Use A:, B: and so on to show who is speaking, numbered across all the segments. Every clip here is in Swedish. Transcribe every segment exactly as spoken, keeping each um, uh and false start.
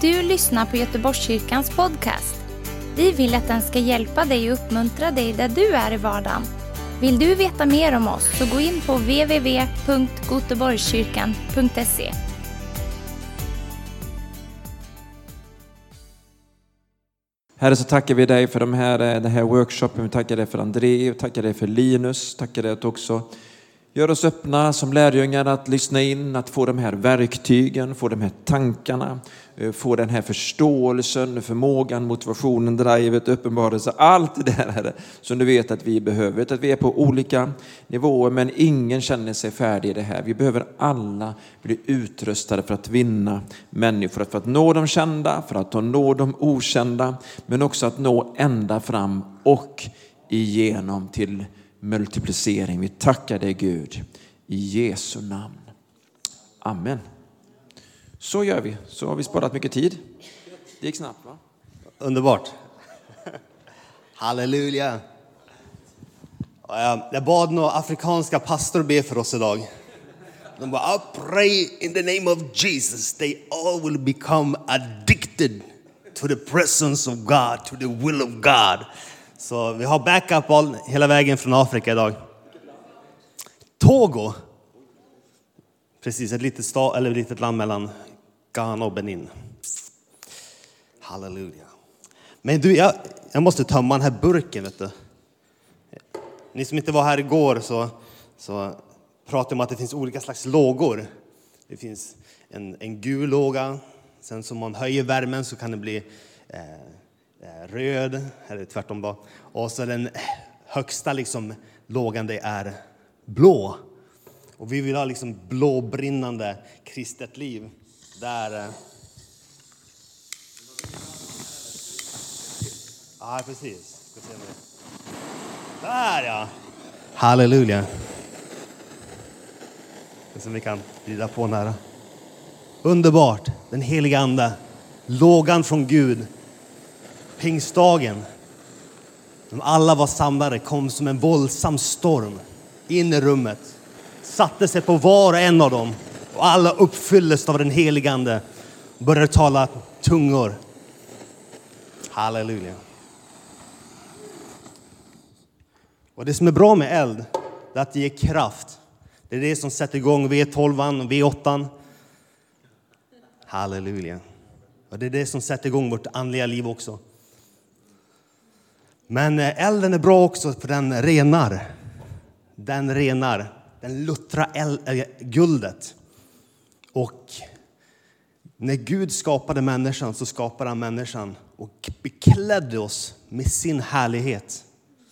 A: du lyssnar på Göteborgskyrkans podcast. Vi vill att den ska hjälpa dig och uppmuntra dig där du är i vardagen. Vill du veta mer om oss så gå in på w w w punkt goteborgskyrkan punkt se.
B: Herre, så tackar vi dig för de här, den här workshopen. Vi tackar dig för André, vi tackar dig för Linus. Tackar dig att också gör oss öppna som lärjungar att lyssna in, att få de här verktygen, få de här tankarna, få den här förståelsen, förmågan, motivationen, drivet, uppenbarelse. Allt det där, Herre, som du vet att vi behöver. Att vi är på olika nivåer, men ingen känner sig färdig i det här. Vi behöver alla bli utrustade för att vinna människor, för att nå de kända, för att nå de okända, men också att nå ända fram och igenom till multiplicering. Vi tackar dig, Gud, i Jesu namn. Amen. Så gör vi. Så har vi sparat mycket tid. Det gick snabbt, va?
C: Underbart. Halleluja. Jag bad några afrikanska pastor be för oss idag. De bara, I pray in the name of Jesus, they all will become addicted to the presence of God, to the will of God. Så vi har backup all, hela vägen från Afrika idag. Togo. Precis, ett litet, stad, eller ett litet land mellan Ghana och Benin. Halleluja. Men du, jag, jag måste tömma den här burken, vet du. Ni som inte var här igår så, så pratar om att det finns olika slags lågor. Det finns en, en gul låga. Sen som man höjer värmen så kan det bli eh, röd, eller tvärtom då. Och så den högsta liksom lågan, det är blå. Och vi vill ha liksom blåbrinnande kristet liv. Där... Ja, precis. Ska se nu. Där, ja. Halleluja. Det som vi kan vrida på nära. Underbart. Den heliga ande. Lågan från Gud. Pingstdagen. De alla var samlade, kom som en våldsam storm in i rummet. Satte sig på var och en av dem. Och alla uppfylldes av den helige ande. Började tala tungor. Halleluja. Och det som är bra med eld, det är att det ger kraft. Det är det som sätter igång V tolv och V åtta. Halleluja. Och det är det som sätter igång vårt andliga liv också. Men elden är bra också för den renar. Den renar. Den luttrar eld, äh, guldet. Och när Gud skapade människan så skapade han människan och beklädde oss med sin härlighet.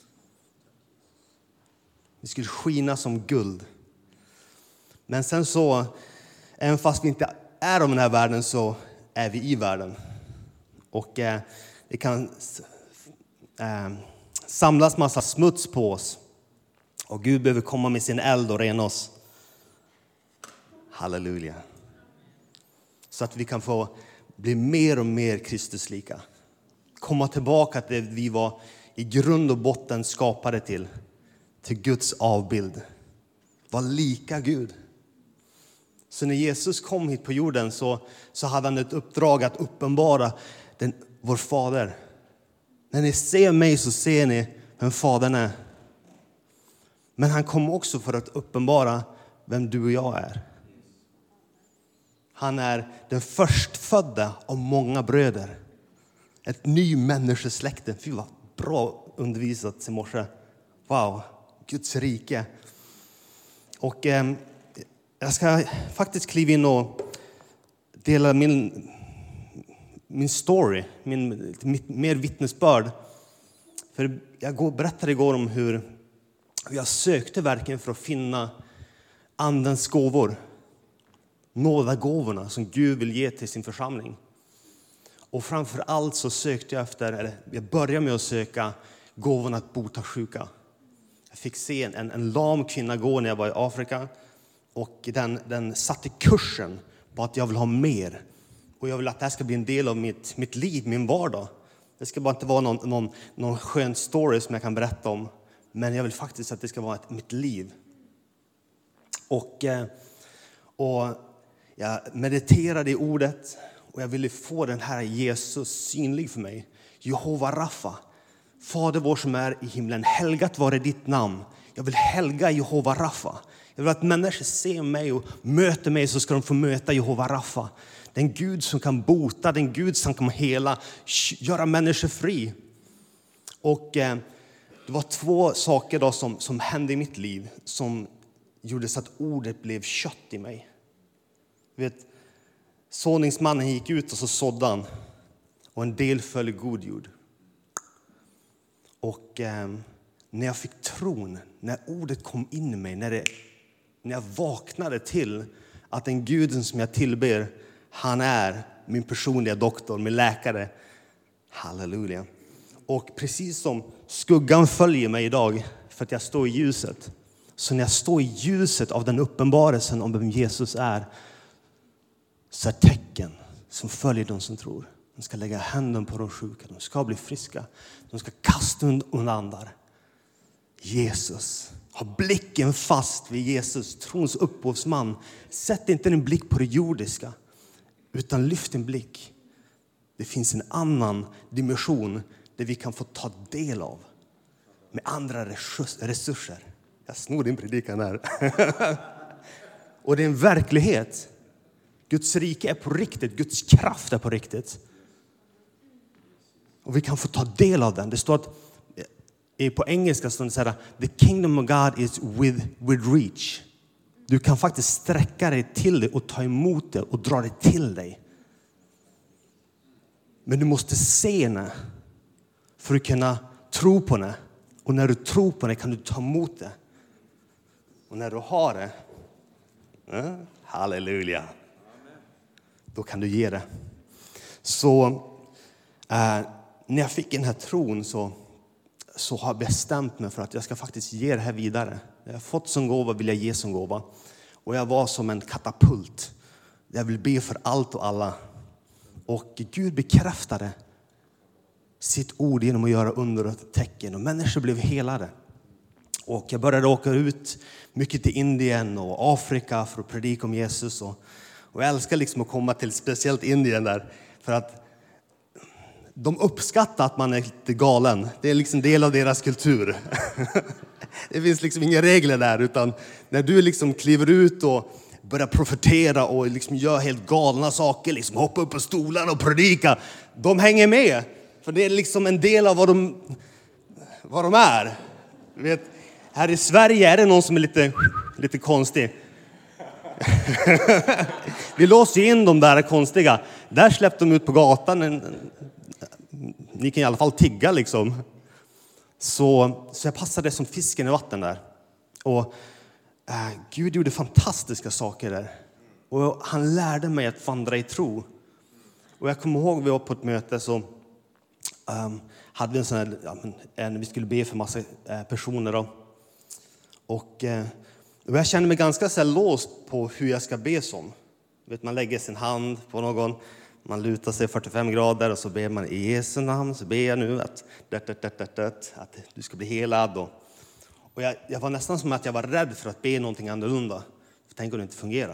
C: Vi skulle skina som guld. Men sen så, även fast vi inte är av den här världen så är vi i världen. Och eh, det kan eh, samlas massa smuts på oss. Och Gud behöver komma med sin eld och rena oss. Halleluja. Så att vi kan få bli mer och mer Kristuslika. Komma tillbaka till det vi var i grund och botten skapade till. Till Guds avbild. Var lika Gud. Så när Jesus kom hit på jorden så, så hade han ett uppdrag att uppenbara den, vår fader. När ni ser mig så ser ni vem fadern är. Men han kom också för att uppenbara vem du och jag är. Han är den förstfödda av många bröder. Ett ny människosläkte. Fy vad bra undervisat i morse. Wow, Guds rike. Och eh, jag ska faktiskt kliva in och dela min, min story. Min, mitt, mer vittnesbörd. För jag går, berättade igår om hur jag sökte verkligen för att finna andens gåvor. Nådagåvorna som Gud vill ge till sin församling. Och framför allt så sökte jag efter, eller jag började med att söka gåvorna att bota sjuka. Jag fick se en, en, en lam kvinna gå när jag var i Afrika. Och den, den satte kursen på att jag vill ha mer. Och jag vill att det här ska bli en del av mitt, mitt liv, min vardag. Det ska bara inte vara någon, någon, någon skön story som jag kan berätta om. Men jag vill faktiskt att det ska vara ett, mitt liv. Och, och jag mediterade i ordet. Och jag ville få den här Jesus synlig för mig. Jehova Raffa. Fader vår som är i himlen, helgat vare ditt namn. Jag vill helga Jehova Raffa. Jag vill att människor ser mig och möter mig, så ska de få möta Jehova Raffa. Den Gud som kan bota, den Gud som kan hela, göra människor fri. Och eh, det var två saker då som, som hände i mitt liv som gjorde så att ordet blev kött i mig. Vet, såningsmannen gick ut och så sådde han. Och en del föll i god jord. Och eh, när jag fick tron, när ordet kom in i mig, när, det, när jag vaknade till att den Guden som jag tillber, han är min personliga doktor, min läkare. Halleluja. Och precis som skuggan följer mig idag för att jag står i ljuset. Så när jag står i ljuset av den uppenbarelsen om vem Jesus är, så är tecken som följer de som tror. De ska lägga handen på de sjuka. De ska bli friska. De ska kasta undan andar. Jesus. Ha blicken fast vid Jesus, trons upphovsman. Sätt inte din blick på det jordiska, utan lyft din blick. Det finns en annan dimension där vi kan få ta del av med andra resurser. Jag snor din predikan här. Och det är en verklighet. Guds rike är på riktigt. Guds kraft är på riktigt. Och vi kan få ta del av den. Det står att på engelska står det så här: the kingdom of God is with, with reach. Du kan faktiskt sträcka dig till det och ta emot det och dra det till dig. Men du måste se det för att kunna tro på det. Och när du tror på det kan du ta emot det. Och när du har det, eh, halleluja, då kan du ge det. Så eh, när jag fick den här tron så, så har jag bestämt mig för att jag ska faktiskt ge det här vidare. Jag har fått som gåva, vill jag ge som gåva. Och jag var som en katapult. Jag vill be för allt och alla. Och Gud bekräftade sitt ord genom att göra under och tecken. Och människor blev helade. Och jag började åka ut mycket till Indien och Afrika för att predika om Jesus. Och, och jag älskar liksom att komma till speciellt Indien där. För att de uppskattar att man är lite galen. Det är liksom del av deras kultur. Det finns liksom inga regler där. Utan när du liksom kliver ut och börjar profetera och liksom gör helt galna saker. Liksom hoppa upp på stolen och predika. De hänger med. För det är liksom en del av vad de, vad de är. Du vet, här i Sverige är det någon som är lite, lite konstig. Vi låser in de där konstiga. Där släppte de ut på gatan. Ni kan i alla fall tigga liksom. Så, så jag passade som fisken i vatten där. Och äh, Gud gjorde fantastiska saker där. Och han lärde mig att vandra i tro. Och jag kommer ihåg vi var på ett möte så um, hade vi en sån här, ja, en, vi skulle be för massa äh, personer då. Och, eh, och jag kände mig ganska så här låst på hur jag ska be som. Vet, man lägger sin hand på någon, man lutar sig fyrtiofem grader och så ber man i Jesu namn. Så ber jag nu att, det, det, det, det, det, att du ska bli helad. Och, och jag, jag var nästan som att jag var rädd för att be någonting annorlunda. För tänk om det inte fungerar.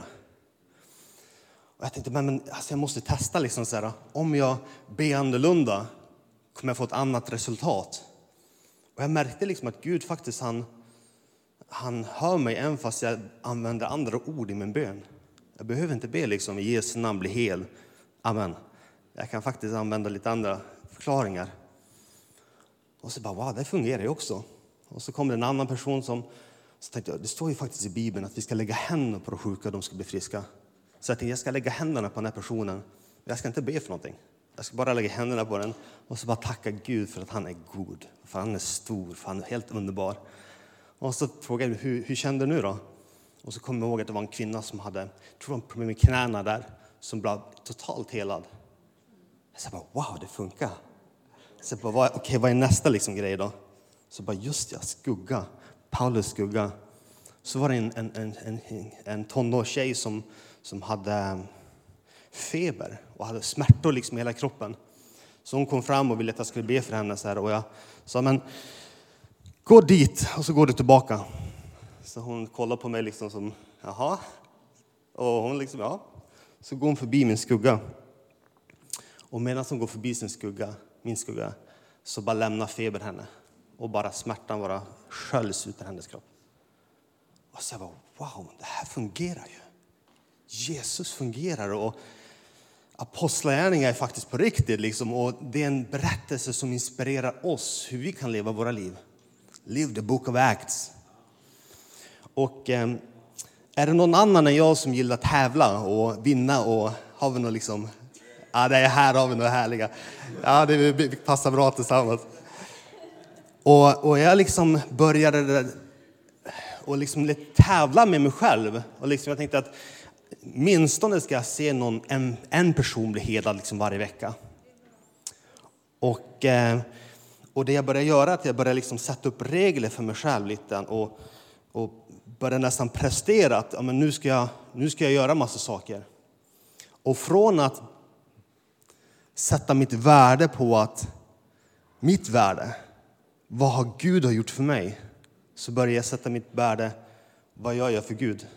C: Och jag tänkte, men, men alltså jag måste testa liksom så här. Om jag ber annorlunda kommer jag få ett annat resultat. Och jag märkte liksom att Gud faktiskt han Han hör mig även fast jag använder andra ord i min bön. Jag behöver inte be liksom i Jesu namn bli hel. Amen. Jag kan faktiskt använda lite andra förklaringar. Och så bara, wow, det fungerar ju också. Och så kommer en annan person som, så tänkte jag, det står ju faktiskt i Bibeln att vi ska lägga händerna på de sjuka och de ska bli friska. Så jag tänkte, jag ska lägga händerna på den här personen. Jag ska inte be för någonting. Jag ska bara lägga händerna på den och så bara tacka Gud för att han är god. För han är stor, för han är helt underbar. Och så frågade jag, hur, hur kände du nu då? Och så kom jag ihåg att det var en kvinna som hade, jag tror det var problem med knäna där, som blev totalt helad. Jag sa bara, wow, det funkar. Så jag bara, okej, okay, vad är nästa liksom grej då? Så bara, just ja, skugga. Paulus skugga. Så var det en, en, en, en, en tonårstjej som, som hade feber och hade smärtor liksom i hela kroppen. Så hon kom fram och ville att jag skulle be för henne. Så här, och jag sa, men gå dit och så går du tillbaka. Så hon kollar på mig liksom som, jaha. Och hon liksom, ja. Så går hon förbi min skugga. Och medan hon går förbi sin skugga, min skugga, så bara lämnar feber henne. Och bara smärtan bara sköljs ut ur hennes kropp. Och så jag bara, wow, det här fungerar ju. Jesus fungerar och apostlagärningar är faktiskt på riktigt. Liksom, och det är en berättelse som inspirerar oss hur vi kan leva våra liv. Live the book of Acts. Och eh, är det någon annan än jag som gillar att tävla och vinna och har vi något liksom... Ja, det är här har vi något härliga. Ja, det passar bra tillsammans. Och, och jag liksom började och liksom lite tävla med mig själv. Och liksom jag tänkte att minstone ska jag se någon, en, en person bli helad liksom varje vecka. Och, eh, och det jag började göra är att jag började liksom sätta upp regler för mig själv lite. Och, och började nästan prestera att ja, men nu, ska jag, nu ska jag göra massa saker. Och från att sätta mitt värde på att mitt värde, vad har Gud har gjort för mig, så börjar jag sätta mitt värde, vad jag gör för Gud.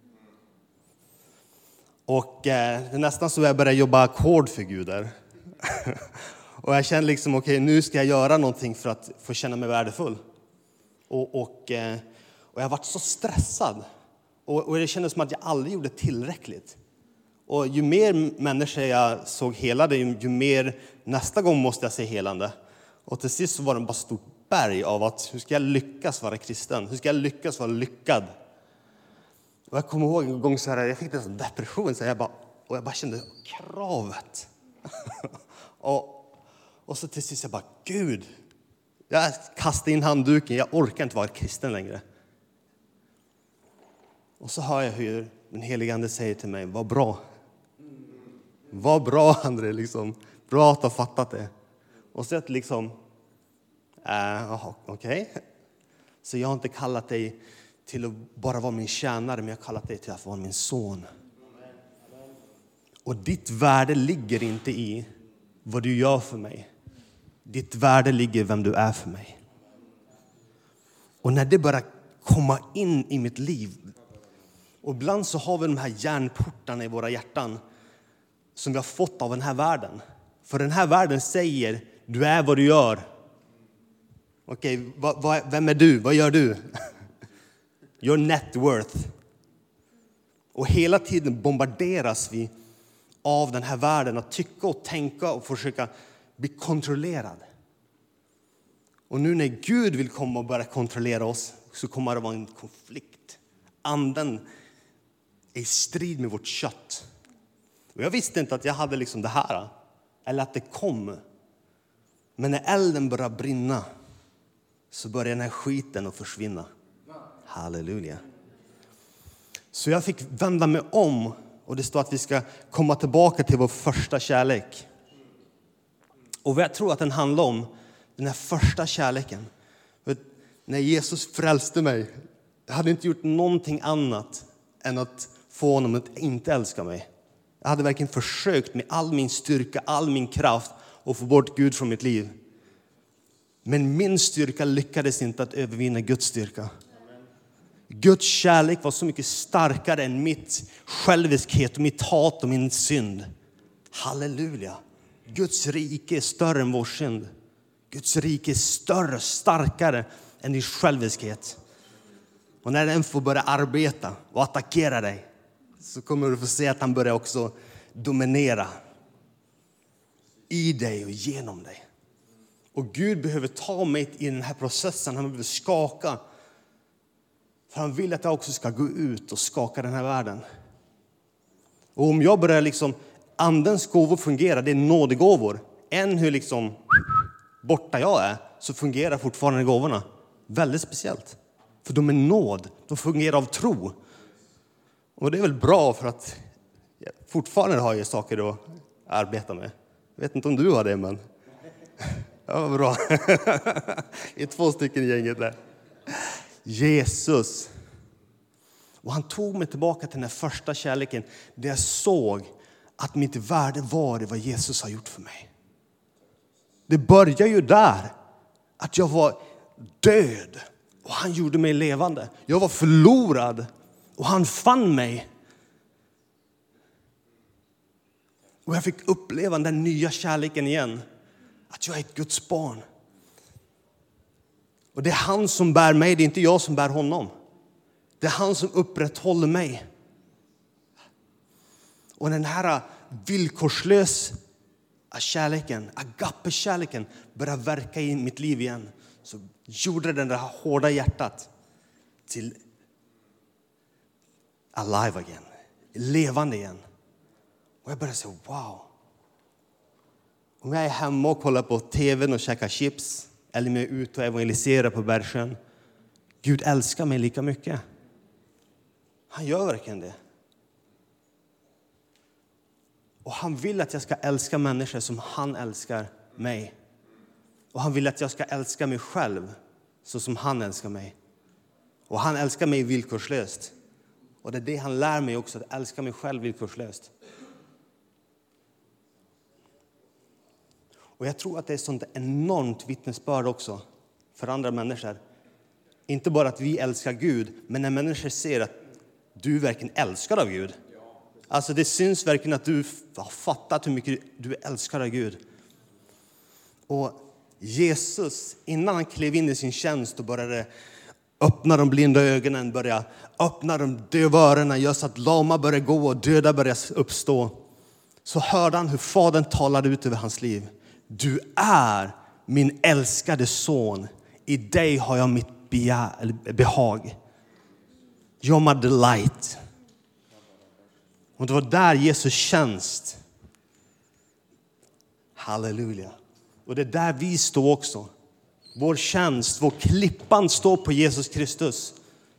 C: Och eh, det är nästan så jag börjar jobba ackord för Gud där. Och jag känner liksom, okej, okay, nu ska jag göra någonting för att få känna mig värdefull. Och, och, eh, och jag har varit så stressad. Och, och det kändes som att jag aldrig gjorde tillräckligt. Och ju mer människor jag såg helade, ju, ju mer nästa gång måste jag se helande. Och till sist så var det bara ett stort berg av att hur ska jag lyckas vara kristen? Hur ska jag lyckas vara lyckad? Och jag kommer ihåg en gång så här, jag fick en sån depression så jag bara, och jag bara kände kravet. och, och så till sist jag bara, Gud, jag kastade in handduken, jag orkar inte vara kristen längre. Och så hör jag hur den helige ande säger till mig, vad bra. Vad bra, André, liksom. Bra att ha fattat det. Och så att liksom, äh, okej. Okay. Så jag har inte kallat dig till att bara vara min tjänare, men jag har kallat dig till att vara min son. Och ditt värde ligger inte i vad du gör för mig. Ditt värde ligger i vem du är för mig. Och när det börjar komma in i mitt liv, och ibland så har vi de här järnportarna i våra hjärtan som vi har fått av den här världen. För den här världen säger, du är vad du gör. Okej, vad, vad, vem är du? Vad gör du? Your net worth. Och hela tiden bombarderas vi av den här världen att tycka och tänka och försöka bli kontrollerad. Och nu när Gud vill komma och börja kontrollera oss, så kommer det vara en konflikt. Anden är i strid med vårt kött. Och jag visste inte att jag hade liksom det här. Eller att det kom. Men när elden börjar brinna, så börjar den här skiten att försvinna. Halleluja. Så jag fick vända mig om. Och det står att vi ska komma tillbaka till vår första kärlek. Och vad jag tror att den handlar om, den här första kärleken. För när Jesus frälste mig, jag hade inte gjort någonting annat än att få honom att inte älska mig. Jag hade verkligen försökt med all min styrka, all min kraft att få bort Gud från mitt liv. Men min styrka lyckades inte att övervinna Guds styrka. Guds kärlek var så mycket starkare än mitt själviskhet och mitt hat och min synd. Halleluja. Guds rike är större än vår synd. Guds rike är större, starkare än din själviskhet. Och när den får börja arbeta och attackera dig, så kommer du få se att han börjar också dominera i dig och genom dig. Och Gud behöver ta mig i den här processen. Han behöver skaka. För han vill att jag också ska gå ut och skaka den här världen. Och om jag börjar liksom, andens gåvor fungerar, det är nådegåvor. Än hur liksom borta jag är, så fungerar fortfarande gåvorna. Väldigt speciellt. För de är nåd, de fungerar av tro. Och det är väl bra för att jag fortfarande har jag saker att arbeta med. Jag vet inte om du har det, men ja, vad bra. Det är två stycken i gänget där. Jesus. Och han tog mig tillbaka till den här första kärleken, där jag såg att mitt värde var det vad Jesus har gjort för mig. Det börjar ju där. Att jag var död och han gjorde mig levande. Jag var förlorad och han fann mig. Och jag fick uppleva den nya kärleken igen. Att jag är ett Guds barn. Och det är han som bär mig, det är inte jag som bär honom. Det är han som upprätthåller mig. Och den här villkorslösa kärleken, agape-kärleken började verka i mitt liv igen. Så gjorde den det här hårda hjärtat till alive again. Levande igen. Och jag började säga, wow. Om jag är hemma och kollar på tvn och käkar chips. Eller om jag är ute och evangeliserar på Bergsjön. Gud älskar mig lika mycket. Han gör verkligen det. Och han vill att jag ska älska människor som han älskar mig. Och han vill att jag ska älska mig själv så som han älskar mig. Och han älskar mig villkorslöst. Och det är det han lär mig också, att älska mig själv villkorslöst. Och jag tror att det är sånt enormt vittnesbörd också för andra människor. Inte bara att vi älskar Gud, men när människor ser att du verkligen älskar av Gud. Alltså det syns verkligen att du har fattat hur mycket du älskar av Gud. Och Jesus, innan han klev in i sin tjänst och började öppna de blinda ögonen, började öppna de döva öronen, gör så att lama började gå och döda började uppstå. Så hörde han hur Fadern talade ut över hans liv. Du är min älskade son. I dig har jag mitt behag. You're my delight. Och det var där Jesus tjänst. Halleluja. Och det är där vi står också. Vår tjänst, vår klippan står på Jesus Kristus.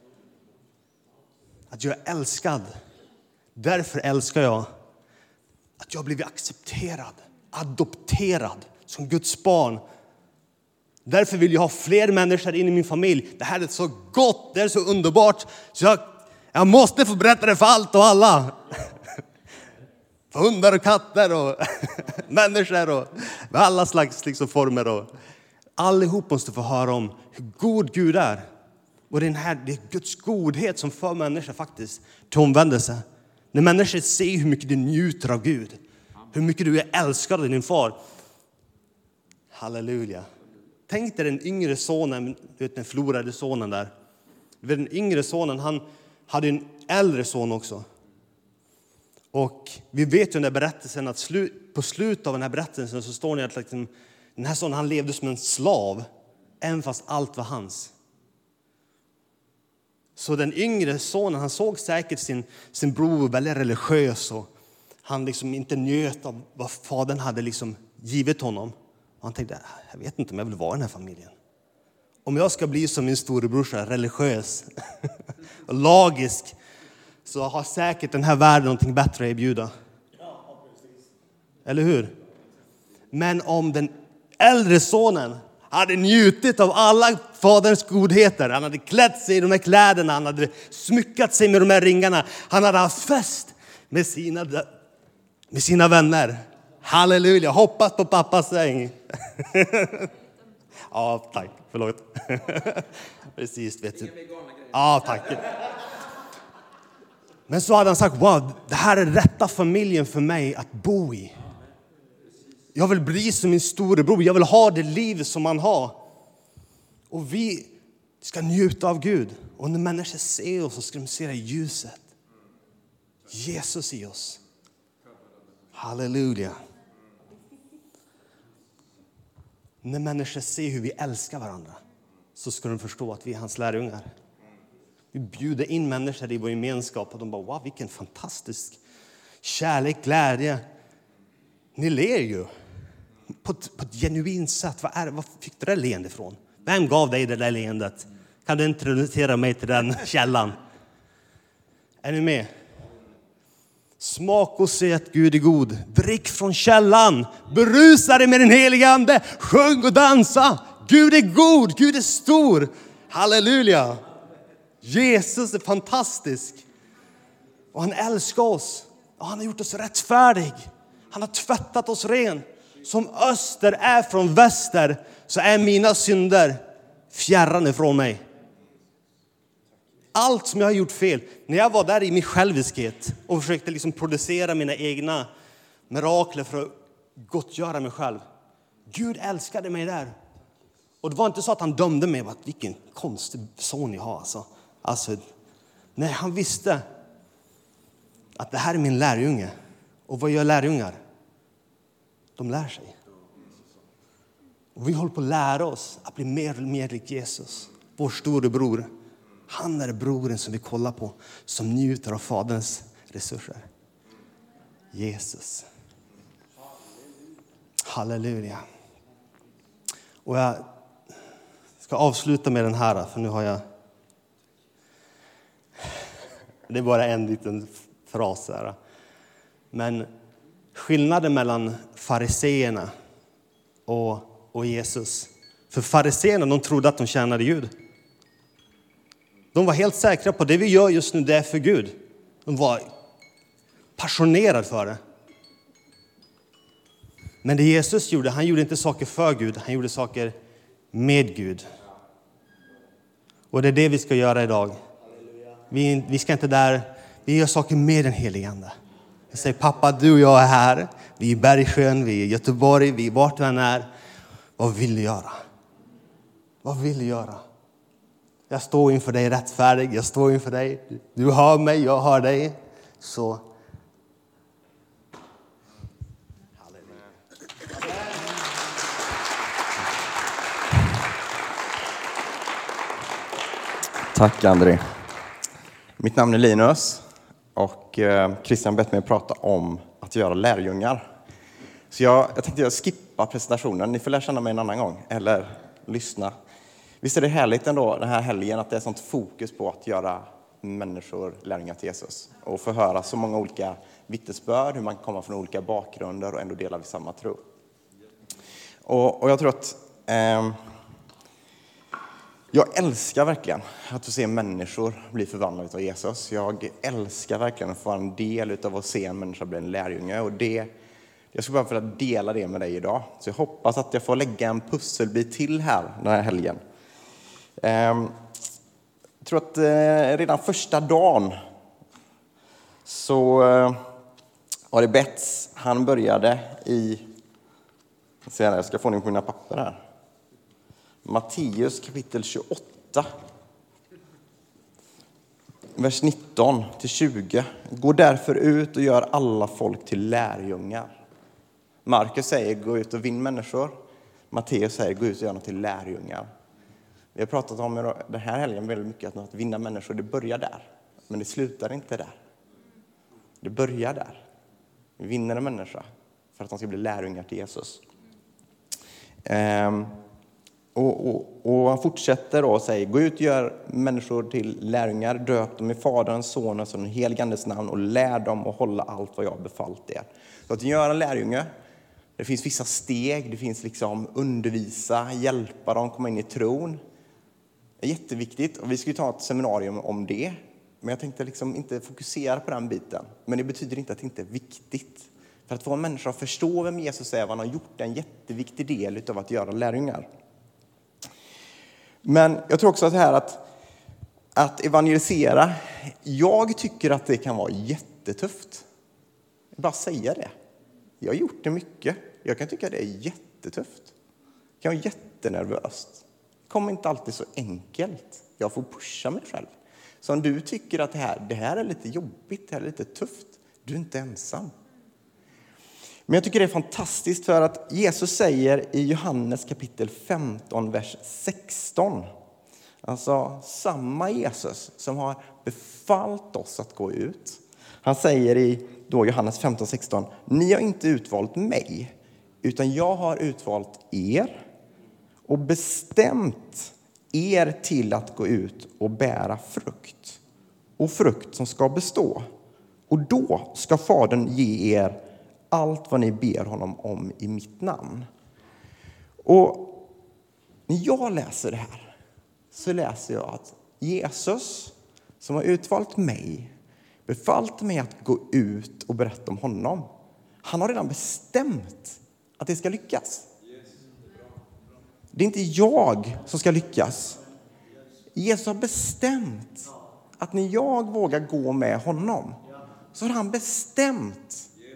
C: Att jag är älskad. Därför älskar jag. Att jag har blivit accepterad. Adopterad som Guds barn. Därför vill jag ha fler människor in i min familj. Det här är så gott, det är så underbart. Så jag, jag måste få berätta det för allt och alla. För hundar och katter och människor och alla slags liksom former. Och allihop måste få höra om hur god Gud är. Och den här, det är Guds godhet som för människor faktiskt till omvändelse. När människor ser hur mycket du njuter av Gud. Hur mycket du är älskad av din far. Halleluja. Tänk dig den yngre sonen, du vet den förlorade sonen där. Den yngre sonen, han hade en äldre son också. Och vi vet ju den där berättelsen att slu, på slutet av den här berättelsen så står det att liksom, den här sonen han levde som en slav. Även fast allt var hans. Så den yngre sonen, han såg säkert sin, sin bror väldigt religiös. Och han liksom inte njöt av vad fadern hade liksom givit honom. Och han tänkte, jag vet inte om jag vill vara i den här familjen. Om jag ska bli som min storebrorsa, religiös och lagisk, så har säkert den här världen någonting bättre att erbjuda. Eller hur? Men om den äldre sonen hade njutit av alla faderns godheter. Han hade klätt sig i de här kläderna. Han hade smyckat sig med de här ringarna. Han hade haft fest med sina, med sina vänner. Halleluja, hoppas på pappas säng. Ja, tack, förlåt. Precis, vet du. Ja, tack. Men så hade han sagt, wow, det här är rätta familjen för mig att bo i. Jag vill bli som min storebror. Jag vill ha det liv som man har. Och vi ska njuta av Gud. Och när människor ser oss så ska de se ljuset. Jesus i oss. Halleluja. När människor ser hur vi älskar varandra så ska de förstå att vi är hans lärjungar. Vi bjuder in människor i vår gemenskap och de bara, wow, vilken fantastisk kärlek, glädje. Ni ler ju på ett, på ett genuint sätt. Vad, är, vad fick du det leende ifrån? Vem gav dig det där leendet? Kan du introducera mig till den källan? Är ni med? Smak och se att Gud är god. Drick från källan. Berusa dig med den heliga ande. Sjung och dansa. Gud är god. Gud är stor. Halleluja. Jesus är fantastisk. Och han älskar oss. Och han har gjort oss rättfärdig. Han har tvättat oss ren. Som öster är från väster så är mina synder fjärran ifrån mig. Allt som jag har gjort fel. När jag var där i min själviskhet och försökte liksom producera mina egna mirakler för att gottgöra mig själv. Gud älskade mig där. Och det var inte så att han dömde mig. Att vilken konstig son jag har. Alltså. Alltså, nej, han visste att det här är min lärjunge. Och vad gör lärjungar? De lär sig. Och vi håller på att lära oss att bli mer och mer lik Jesus. Vår store bror. Han är brodern som vi kollar på. Som njuter av faderns resurser. Jesus. Halleluja. Och jag ska avsluta med den här. För nu har jag... Det är bara en liten fras här. Men skillnaden mellan fariseerna och, och Jesus. För fariseerna, de trodde att de tjänade Gud. De var helt säkra på det vi gör just nu, det är för Gud. De var passionerade för det. Men det Jesus gjorde, han gjorde inte saker för Gud. Han gjorde saker med Gud. Och det är det vi ska göra idag. Vi, vi ska inte där, vi gör saker med den helige Ande. Jag säger, pappa, du och jag är här. Vi är i Bergsjön, vi är i Göteborg, vi är vart vi än är. Vad vill du göra? Vad vill du göra? Jag står inför dig rättfärdig, jag står inför dig. Du hör mig, jag hör dig. Så...
D: Tack André. Mitt namn är Linus och Christian bett mig prata om att göra lärjungar. Så jag, jag tänkte jag skippa presentationen. Ni får lära känna mig en annan gång eller lyssna. Visst är det härligt ändå den här helgen att det är sånt fokus på att göra människor lärjungar till Jesus. Och få höra så många olika vittnesbörd, hur man kommer från olika bakgrunder och ändå delar vi samma tro. Och, och jag tror att... Eh, Jag älskar verkligen att få se människor bli förvandlade av Jesus. Jag älskar verkligen att få en del av att se en människa bli en lärjunge. Och det, jag ska bara för att dela det med dig idag. Så jag hoppas att jag får lägga en pusselbit till här den här helgen. Jag tror att redan första dagen så var det Bets. Han började i... Jag ska få ner på mina papper här. Matteus kapitel tjugoåtta, vers nitton till tjugo. Gå därför ut och gör alla folk till lärjungar. Markus säger gå ut och vinn människor. Matteus säger gå ut och göra något till lärjungar. Vi har pratat om den här helgen väldigt mycket att vinna människor, det börjar där. Men det slutar inte där. Det börjar där. Vi vinner en människa för att de ska bli lärjungar till Jesus. Ehm. Och, och, och han fortsätter då och säger, gå ut och gör människor till lärjungar, döp dem i Faderns, Sonens och den helige Andes namn och lär dem att hålla allt vad jag har befallt er. Så att göra en lärjunge, det finns vissa steg, det finns liksom undervisa, hjälpa dem komma in i tron. Det är jätteviktigt och vi ska ju ta ett seminarium om det. Men jag tänkte liksom inte fokusera på den biten. Men det betyder inte att det inte är viktigt. För att få en människa att förstå vem Jesus är, vad han har gjort, är en jätteviktig del av att göra lärjungar. Men jag tror också att det här att, att evangelisera, jag tycker att det kan vara jättetufft. Bara säga det. Jag har gjort det mycket. Jag kan tycka att det är jättetufft. Det kan vara jättenervöst. Det kommer inte alltid så enkelt. Jag får pusha mig själv. Så om du tycker att det här, det här är lite jobbigt, det här är lite tufft, du är inte ensam. Men jag tycker det är fantastiskt för att Jesus säger i Johannes kapitel femton, vers sexton. Alltså samma Jesus som har befallt oss att gå ut. Han säger i då Johannes femton, sexton. Ni har inte utvalt mig, utan jag har utvalt er och bestämt er till att gå ut och bära frukt. Och frukt som ska bestå. Och då ska Fadern ge er allt vad ni ber honom om i mitt namn. Och när jag läser det här så läser jag att Jesus som har utvalt mig, befallt mig att gå ut och berätta om honom. Han har redan bestämt att det ska lyckas. Det är inte jag som ska lyckas. Jesus har bestämt att när jag vågar gå med honom så har han bestämt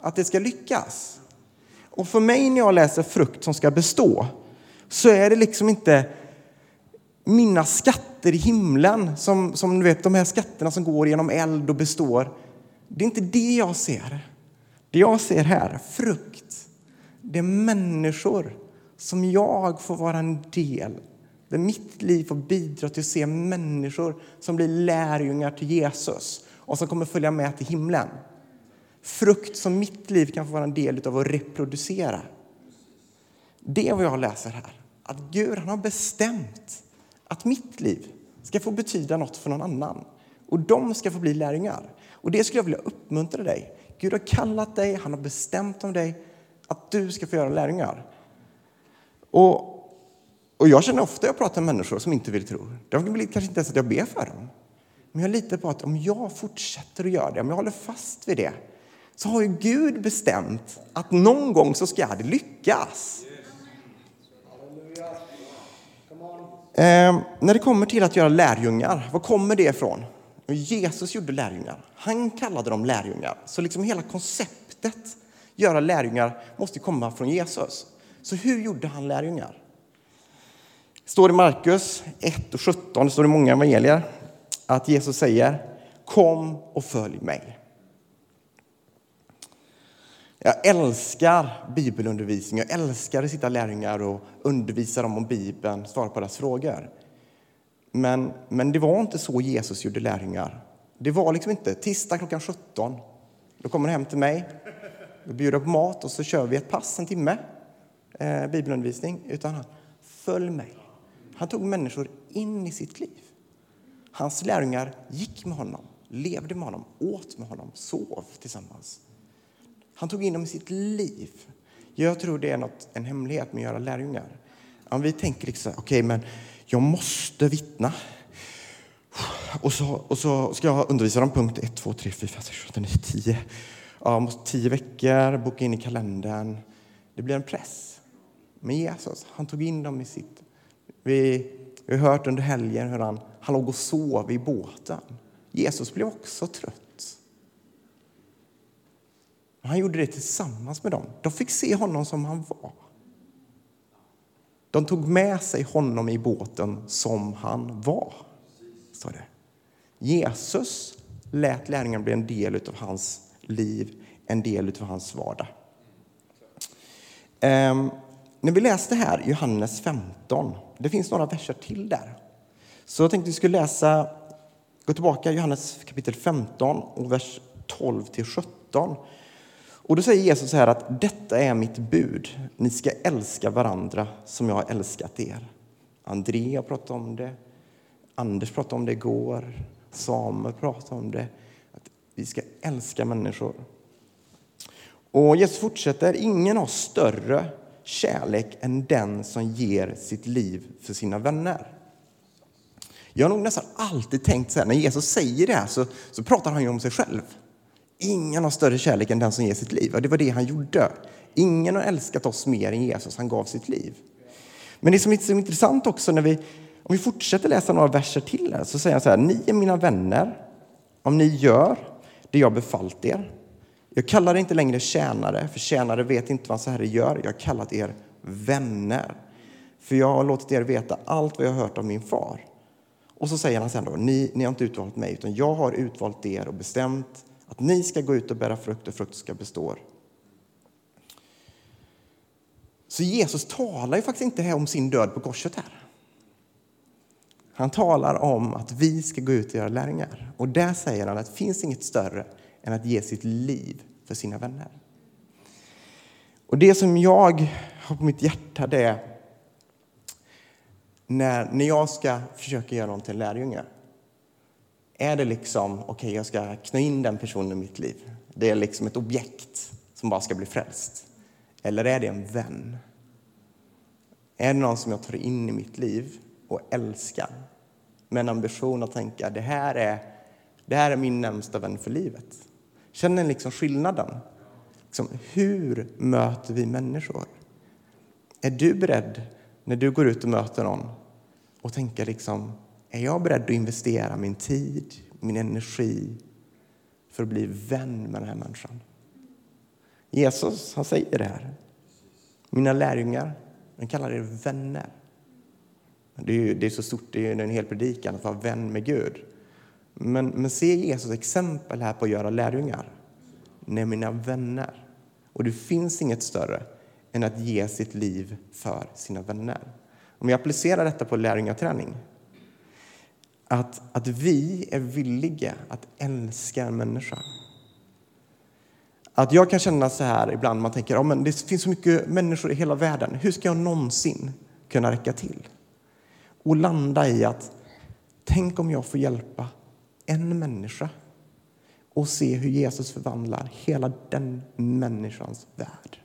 D: att det ska lyckas. Och för mig när jag läser frukt som ska bestå, så är det liksom inte mina skatter i himlen, som, som du vet, de här skatterna som går genom eld och består. Det är inte det jag ser. Det jag ser här, frukt, det är människor som jag får vara en del. Där mitt liv får bidra till att se människor som blir lärjungar till Jesus och som kommer följa med till himlen. Frukt som mitt liv kan få vara en del av att reproducera. Det är vad jag läser här. Att Gud, han har bestämt att mitt liv ska få betyda något för någon annan. Och de ska få bli lärjungar. Och det skulle jag vilja uppmuntra dig. Gud har kallat dig, han har bestämt om dig att du ska få göra lärjungar. Och, och jag känner ofta att jag pratar med människor som inte vill tro. Det blir kanske inte ens att jag ber för dem. Men jag litar på att om jag fortsätter att göra det, om jag håller fast vid det, så har ju Gud bestämt att någon gång så ska det lyckas. Eh, när det kommer till att göra lärjungar, var kommer det ifrån? Jesus gjorde lärjungar. Han kallade dem lärjungar. Så liksom hela konceptet göra lärjungar måste komma från Jesus. Så hur gjorde han lärjungar? Det står i Markus ett och sjutton, det står i många evangelier, att Jesus säger: kom och följ mig. Jag älskar bibelundervisning. Jag älskar att sitta lärjungar och undervisa dem om Bibeln, svara på deras frågor. Men, men det var inte så Jesus gjorde lärjungar. Det var liksom inte tisdag klockan sjutton. Då kommer hem till mig. Vi bjuder på mat och så kör vi ett pass, en timme. Eh, bibelundervisning. Utan han, följ mig. Han tog människor in i sitt liv. Hans lärjungar gick med honom, levde med honom, åt med honom, sov tillsammans. Han tog in dem i sitt liv. Jag tror det är något, en hemlighet med att göra lärjungar. Om vi tänker liksom, okej, okay, men jag måste vittna. Och så, och så ska jag undervisa dem punkt ett, två, tre, fyra, fem, sex, sju, åtta, nio, tio. Ja, måste tio veckor, boka in i kalendern. Det blir en press. Men Jesus, han tog in dem i sitt. Vi, vi har hört under helgen hur han, han låg och sov i båten. Jesus blev också trött. Han gjorde det tillsammans med dem. De fick se honom som han var. De tog med sig honom i båten som han var. Så det. Jesus lät lärjungarna bli en del av hans liv, en del av hans vardag. Um, när vi läste här Johannes femton, det finns några verser till där. Så jag tänkte vi skulle läsa, gå tillbaka Johannes kapitel femton och vers tolv till sjutton. Och då säger Jesus så här att detta är mitt bud. Ni ska älska varandra som jag har älskat er. Andrea pratade om det. Anders pratade om det igår. Samuel pratade om det. Att vi ska älska människor. Och Jesus fortsätter. Ingen har större kärlek än den som ger sitt liv för sina vänner. Jag har nog nästan alltid tänkt så här. När Jesus säger det här så, så pratar han ju om sig själv. Ingen har större kärlek än den som ger sitt liv. Och det var det han gjorde. Ingen har älskat oss mer än Jesus. Han gav sitt liv. Men det som är så intressant också när vi, om vi fortsätter läsa några verser till här, så säger han så här: ni är mina vänner om ni gör det jag befallt er. Jag kallar er inte längre tjänare, för tjänare vet inte vad så Herre gör. Jag har kallat er vänner. För jag har låtit er veta allt vad jag har hört av min far. Och så säger han sen då: ni, ni har inte utvalt mig, utan jag har utvalt er och bestämt att ni ska gå ut och bära frukt och frukt ska bestå. Så Jesus talar ju faktiskt inte här om sin död på korset här. Han talar om att vi ska gå ut och göra lärjungar. Och där säger han att det finns inget större än att ge sitt liv för sina vänner. Och det som jag har på mitt hjärta, det är när, när jag ska försöka göra någon till lärjunge. Är det liksom, okej okay, jag ska knö in den personen i mitt liv. Det är liksom ett objekt som bara ska bli frälst. Eller är det en vän? Är det någon som jag tar in i mitt liv och älskar? Med en ambition att tänka, det här är, det här är min närmsta vän för livet. Känner ni liksom skillnaden? Liksom, hur möter vi människor? Är du beredd när du går ut och möter någon och tänker liksom, är jag beredd att investera min tid, min energi för att bli vän med den här människan? Jesus, han säger det här. Mina lärjungar, han kallar er vänner. Det är, ju, det är så stort, det är en hel predikan att vara vän med Gud. Men, men se Jesus exempel här på att göra lärjungar. Nej, mina vänner. Och det finns inget större än att ge sitt liv för sina vänner. Om jag applicerar detta på lärjungaträning. Att, att vi är villiga att älska en människa. Att jag kan känna så här ibland, man tänker, ja, men det finns så mycket människor i hela världen. Hur ska jag någonsin kunna räcka till? Och landa i att, tänk om jag får hjälpa en människa och se hur Jesus förvandlar hela den människans värld.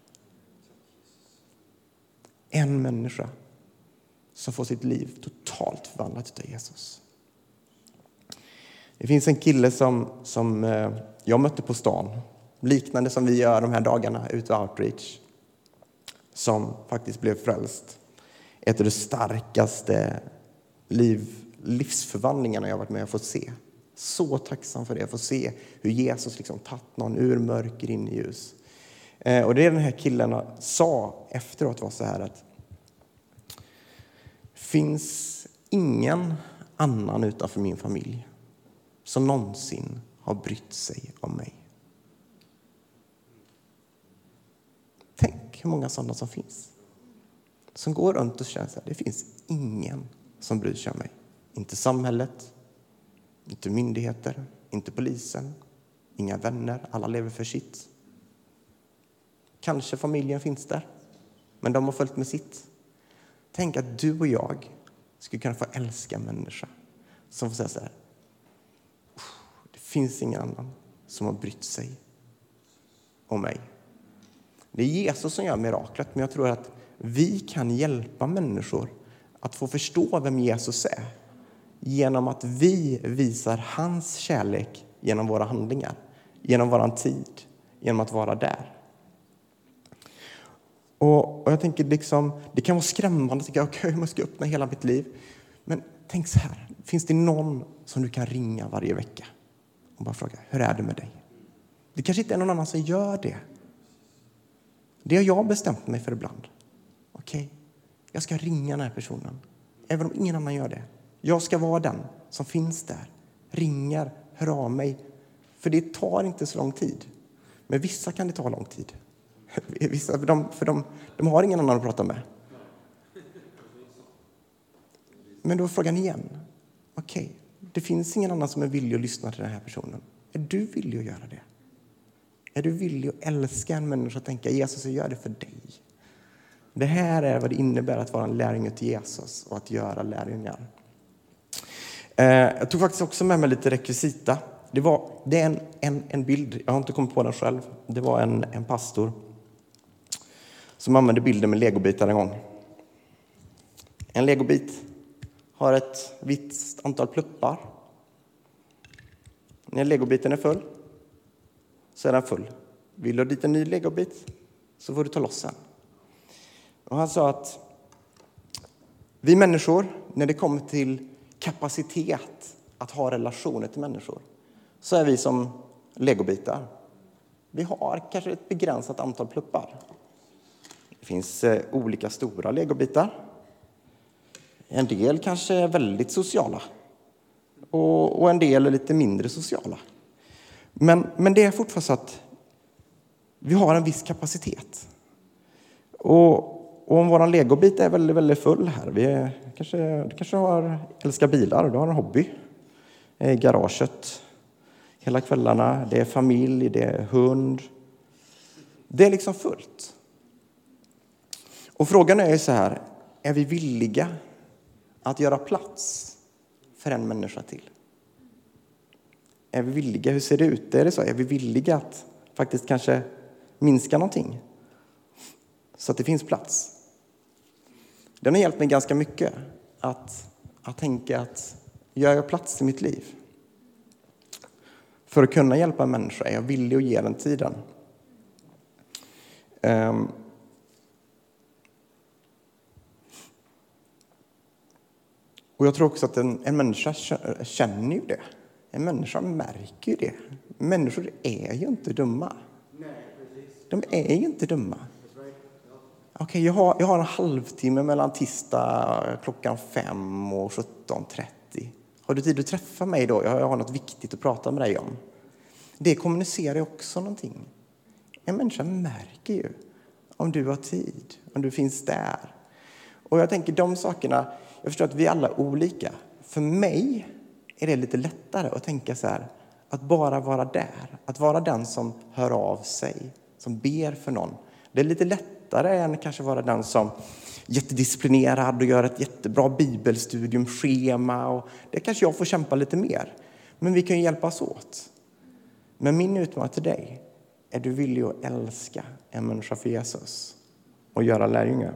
D: En människa som får sitt liv totalt förvandlat av Jesus. Det finns en kille som, som jag mötte på stan, liknande som vi gör de här dagarna ute i outreach, som faktiskt blev frälst. Ett av de starkaste liv, livsförvandlingarna jag varit med och fått se. Så tacksam för det, att få se hur Jesus liksom tagit någon ur mörker in i ljus. Eh, och det den här killen sa efteråt var så här att finns ingen annan utanför min familj som någonsin har brytt sig om mig. Tänk hur många sådana som finns. Som går runt och känner att det finns ingen som bryr sig om mig. Inte samhället, inte myndigheter, inte polisen, inga vänner. Alla lever för sitt. Kanske familjen finns där, men de har följt med sitt. Tänk att du och jag skulle kunna få älska en människa som får säga så här: det finns ingen annan som har brytt sig om mig. Det är Jesus som gör miraklet, men jag tror att vi kan hjälpa människor att få förstå vem Jesus är genom att vi visar hans kärlek genom våra handlingar, genom våran tid, genom att vara där. Och, och jag tänker liksom, det kan vara skrämmande att tänka, okej, okay, man ska öppna hela mitt liv. Men tänk så här, finns det någon som du kan ringa varje vecka och bara fråga, hur är det med dig? Det kanske inte är någon annan som gör det. Det har jag bestämt mig för ibland. Okej, okay, jag ska ringa den här personen, även om ingen annan gör det. Jag ska vara den som finns där, ringer, hör av mig. För det tar inte så lång tid. Men vissa kan det ta lång tid. Vissa, för de, för de, de har ingen annan att prata med. Men då är frågan igen. Okej, okay, det finns ingen annan som är villig att lyssna till den här personen. Är du villig att göra det? Är du villig att älska en människa och tänka, Jesus, jag gör det för dig? Det här är vad det innebär att vara en lärjunge till Jesus och att göra lärjungar. Jag tog faktiskt också med mig lite rekvisita. Det, var, det är en, en, en bild, jag har inte kommit på den själv. Det var en, en pastor som använde bilden med legobitar en gång. En legobit har ett vitt antal pluppar. När legobiten är full så är den full. Vill du ha dit en ny legobit så får du ta loss den. Och han sa att vi människor, när det kommer till kapacitet att ha relationer till människor, så är vi som legobitar. Vi har kanske ett begränsat antal pluppar. Det finns eh, olika stora legobitar. En del kanske är väldigt sociala. Och, och en del är lite mindre sociala. Men, men det är fortfarande så att vi har en viss kapacitet. Och, och om vår legobit är väldigt, väldigt full här. Vi är, kanske, du kanske har, älskar bilar, du har en hobby. I garaget. Hela kvällarna. Det är familj, det är hund. Det är liksom fullt. Och frågan är ju så här. Är vi villiga att göra plats för en människa till? Är vi villiga? Hur ser det ut? Är det så? Är vi villiga att faktiskt kanske minska någonting? Så att det finns plats. Den har hjälpt mig ganska mycket. Att, att tänka att jag gör plats i mitt liv. För att kunna hjälpa en människa är jag villig att ge den tiden. Um, och jag tror också att en, en människa känner ju det. En människa märker ju det. Människor är ju inte dumma.
C: Nej, precis.
D: De är inte dumma. Okej, okay, jag, har, jag har en halvtimme mellan tisdag klockan fem och sjutton trettio. Har du tid att träffa mig då? Jag har något viktigt att prata med dig om. Det kommunicerar också någonting. En människa märker ju om du har tid, om du finns där. Och jag tänker de sakerna, jag förstår att vi alla är olika. För mig är det lite lättare att tänka så här, att bara vara där. Att vara den som hör av sig, som ber för någon. Det är lite lättare än kanske vara den som är jättedisciplinerad och gör ett jättebra bibelstudium, schema. Och det kanske jag får kämpa lite mer. Men vi kan ju hjälpas åt. Men min utmaning till dig är du villig att älska en människa för Jesus och göra lärjungar.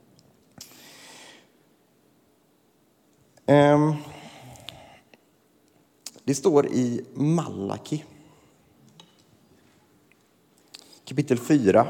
D: Um, det står i Malaki kapitel fyra,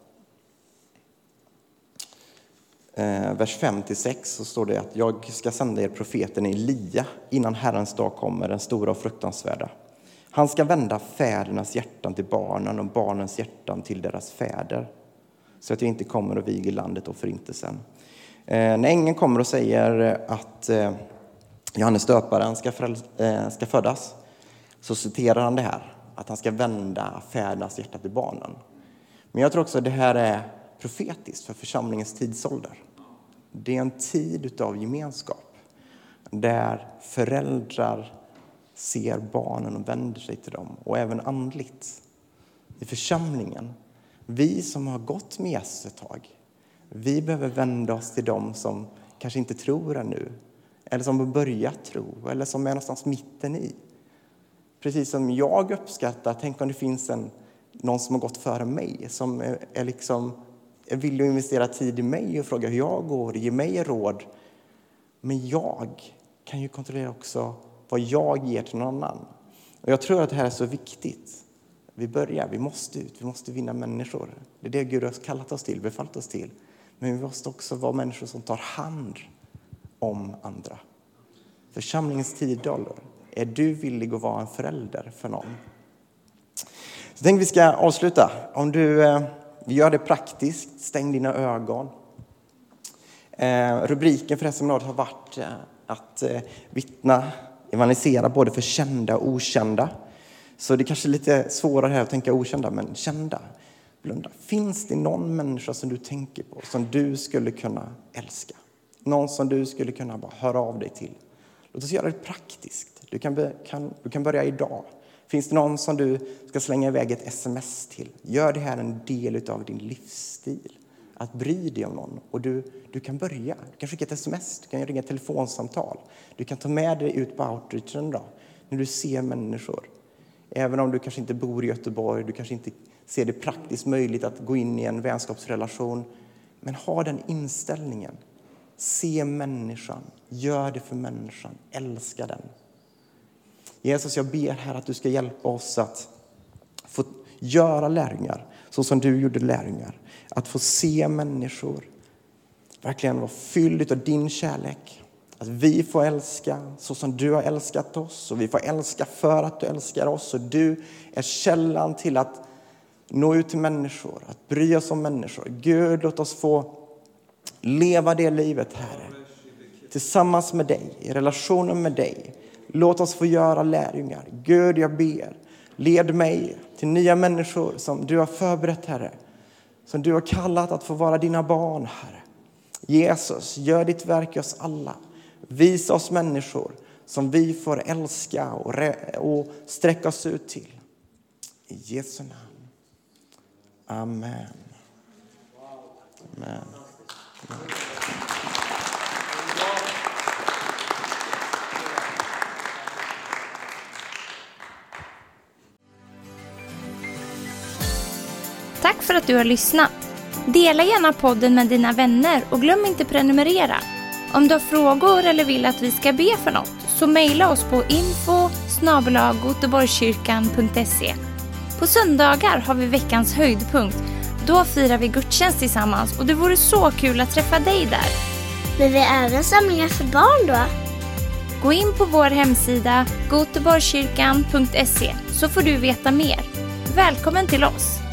D: eh, vers fem till sex, så står det att jag ska sända er profeten Elia innan Herrens dag kommer, den stora och fruktansvärda. Han ska vända fädernas hjärtan till barnen och barnens hjärtan till deras fäder, så att jag inte kommer och viger landet och förintelsen. Eh, när ängeln kommer och säger att eh, Johannes döparen ska, föräld- eh, ska födas, så citerar han det här, att han ska vända fädernas hjärta till barnen. Men jag tror också att det här är profetiskt för församlingens tidsålder. Det är en tid av gemenskap där föräldrar ser barnen och vänder sig till dem, och även andligt i församlingen. Vi som har gått med Jesus ett tag, vi behöver vända oss till dem som kanske inte tror ännu, eller som har börjat tro, eller som är någonstans mitten i. Precis som jag uppskattar, tänk om det finns en, någon som har gått före mig, som är, är liksom är villig att investera tid i mig och fråga hur jag går, ge mig råd. Men jag kan ju kontrollera också vad jag ger till någon annan. Och jag tror att det här är så viktigt. Vi börjar, vi måste ut, vi måste vinna människor. Det är det Gud har kallat oss till, befallt oss till. Men vi måste också vara människor som tar hand om andra. Församlingens tidålder. Är du villig att vara en förälder för någon? Så jag tänkte vi ska avsluta. Om du eh, gör det praktiskt, stäng dina ögon. Eh, rubriken för det seminariet har varit eh, att eh, vittna, evangelisera både för kända och okända. Så det är kanske lite svårare här att tänka okända, men kända. Blunda. Finns det någon människa som du tänker på, som du skulle kunna älska? Någon som du skulle kunna bara höra av dig till? Låt oss göra det praktiskt. Du kan, kan, du kan börja idag. Finns det någon som du ska slänga iväg ett sms till? Gör det här en del av din livsstil. Att bry dig om någon. Och du, du kan börja. Du kan skicka ett sms. Du kan ringa ett telefonsamtal. Du kan ta med dig ut på outreachen då. När du ser människor. Även om du kanske inte bor i Göteborg. Du kanske inte ser det praktiskt möjligt att gå in i en vänskapsrelation. Men ha den inställningen. Se människan. Gör det för människan. Älska den. Jesus, jag ber här att du ska hjälpa oss att få göra lärjungar så som du gjorde lärjungar. Att få se människor. Verkligen vara fylld av din kärlek. Att vi får älska så som du har älskat oss. Och vi får älska för att du älskar oss. Och du är källan till att nå ut till människor. Att bry oss om människor. Gud, låt oss få leva det livet, Herre. Tillsammans med dig. I relationen med dig. Låt oss få göra lärjungar. Gud, jag ber. Led mig till nya människor som du har förberett, Herre. Som du har kallat att få vara dina barn, Herre. Jesus, gör ditt verk i oss alla. Visa oss människor som vi får älska och, re- och sträcka oss ut till. I Jesu namn. Amen. Amen. Amen.
A: Tack för att du har lyssnat. Dela gärna podden med dina vänner och glöm inte prenumerera. Om du har frågor eller vill att vi ska be för något så mejla oss på info snabel-a goteborgskyrkan punkt se. På söndagar har vi veckans höjdpunkt. Då firar vi gudstjänst tillsammans och det vore så kul att träffa dig där.
E: Men vi har även samlingar för barn då?
A: Gå in på vår hemsida goteborgskyrkan punkt se så får du veta mer. Välkommen till oss!